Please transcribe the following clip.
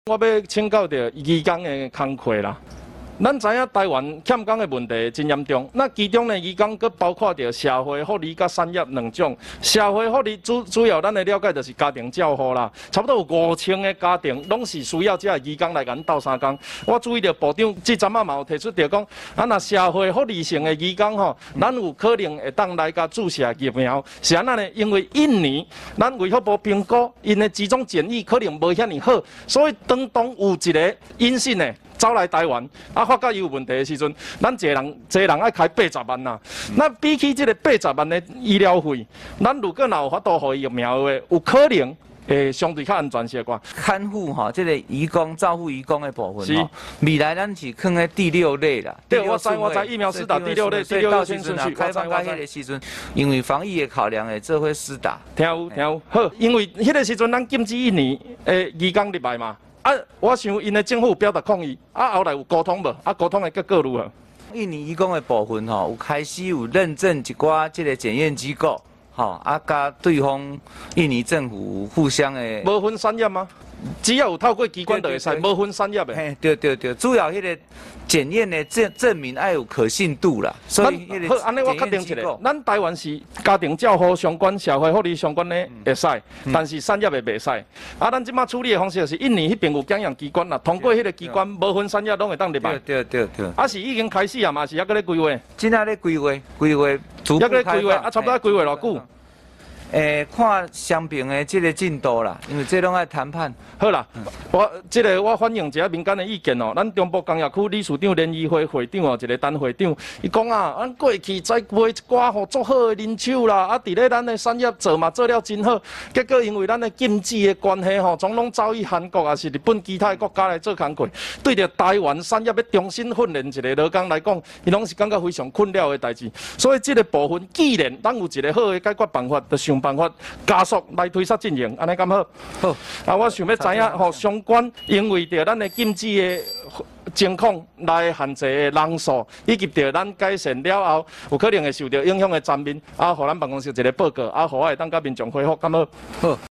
我要请教着渔工的工课啦。咱知影台湾欠工的问题真严重，那其中呢，渔工佫包括着社会福利甲产业两种。社会福利主要咱的了解就是家庭照护啦，差不多有5000个家庭拢是需要这渔工来甲咱斗相共。我注意到部长即阵嘛有提出着讲，若社会福利性的渔工吼，咱有可能会当来甲注射疫苗。是安那呢？因为印尼咱卫福部评估，因的集中检疫可能无遐尼好，所以当有一个阴性的。走来台湾，发觉伊有问题的时阵，咱一个人爱开80万呐。那比起这个80万的医疗费，咱如果有法度予疫苗的，有可能会相对较安全些寡。 看护哈，这个移工照护移工的部分哈，未来咱是放在第6类啦。 对，我知疫苗施打第6类，第6优先顺序。 开放到迄个时阵，因为防疫的考量诶，这会施打。 听有好，因为迄个时阵咱禁止印尼诶移工入来嘛。我想因的政府有表达抗议，后来有沟通无？沟通的结果如何？ 印尼移工的部分吼，有开始有认证一寡这个检验机构，甲对方印尼政府互相的。 无分产业吗？只要有透过机关就会使，无分产业的。 对，主要迄个检验的证明要有可信度啦。所以好，安尼我确定一个，咱台湾是家庭照护相关、社会福利相关的会使，但是产业的袂使。咱即马处理的方式就是印尼迄边有检验机关啦，通过迄个机关，无分产业拢会当入来。 对。 是已经开始啊嘛，是还搁咧规划。 真仔咧规划，逐步开发。差不多规划偌久？ 看双边的这个进度啦，因为这拢爱谈判。 好啦，我反映一下民间的意见哦。咱中部工业区理事长联谊会会长哦，一个陈会长，伊讲啊，咱过去栽培一寡吼足好的人手啦，伫咧咱的产业做嘛做了真好，结果因为咱的经济的关系吼，总拢走去韩国啊是日本其他的国家来做工课。对着台湾产业要重新训练一个劳工来讲，伊拢是感觉非常困扰的代志。所以这个部分，既然咱有一个好的解决办法，就想办法加速来推出进行，安尼敢好？好，我想要知影吼，相关因为着咱的禁止的情况来限制的人数，以及着咱改善了后，有可能会受到影响的层面，互咱办公室一个报告，互我会当甲民众回复，敢好？好。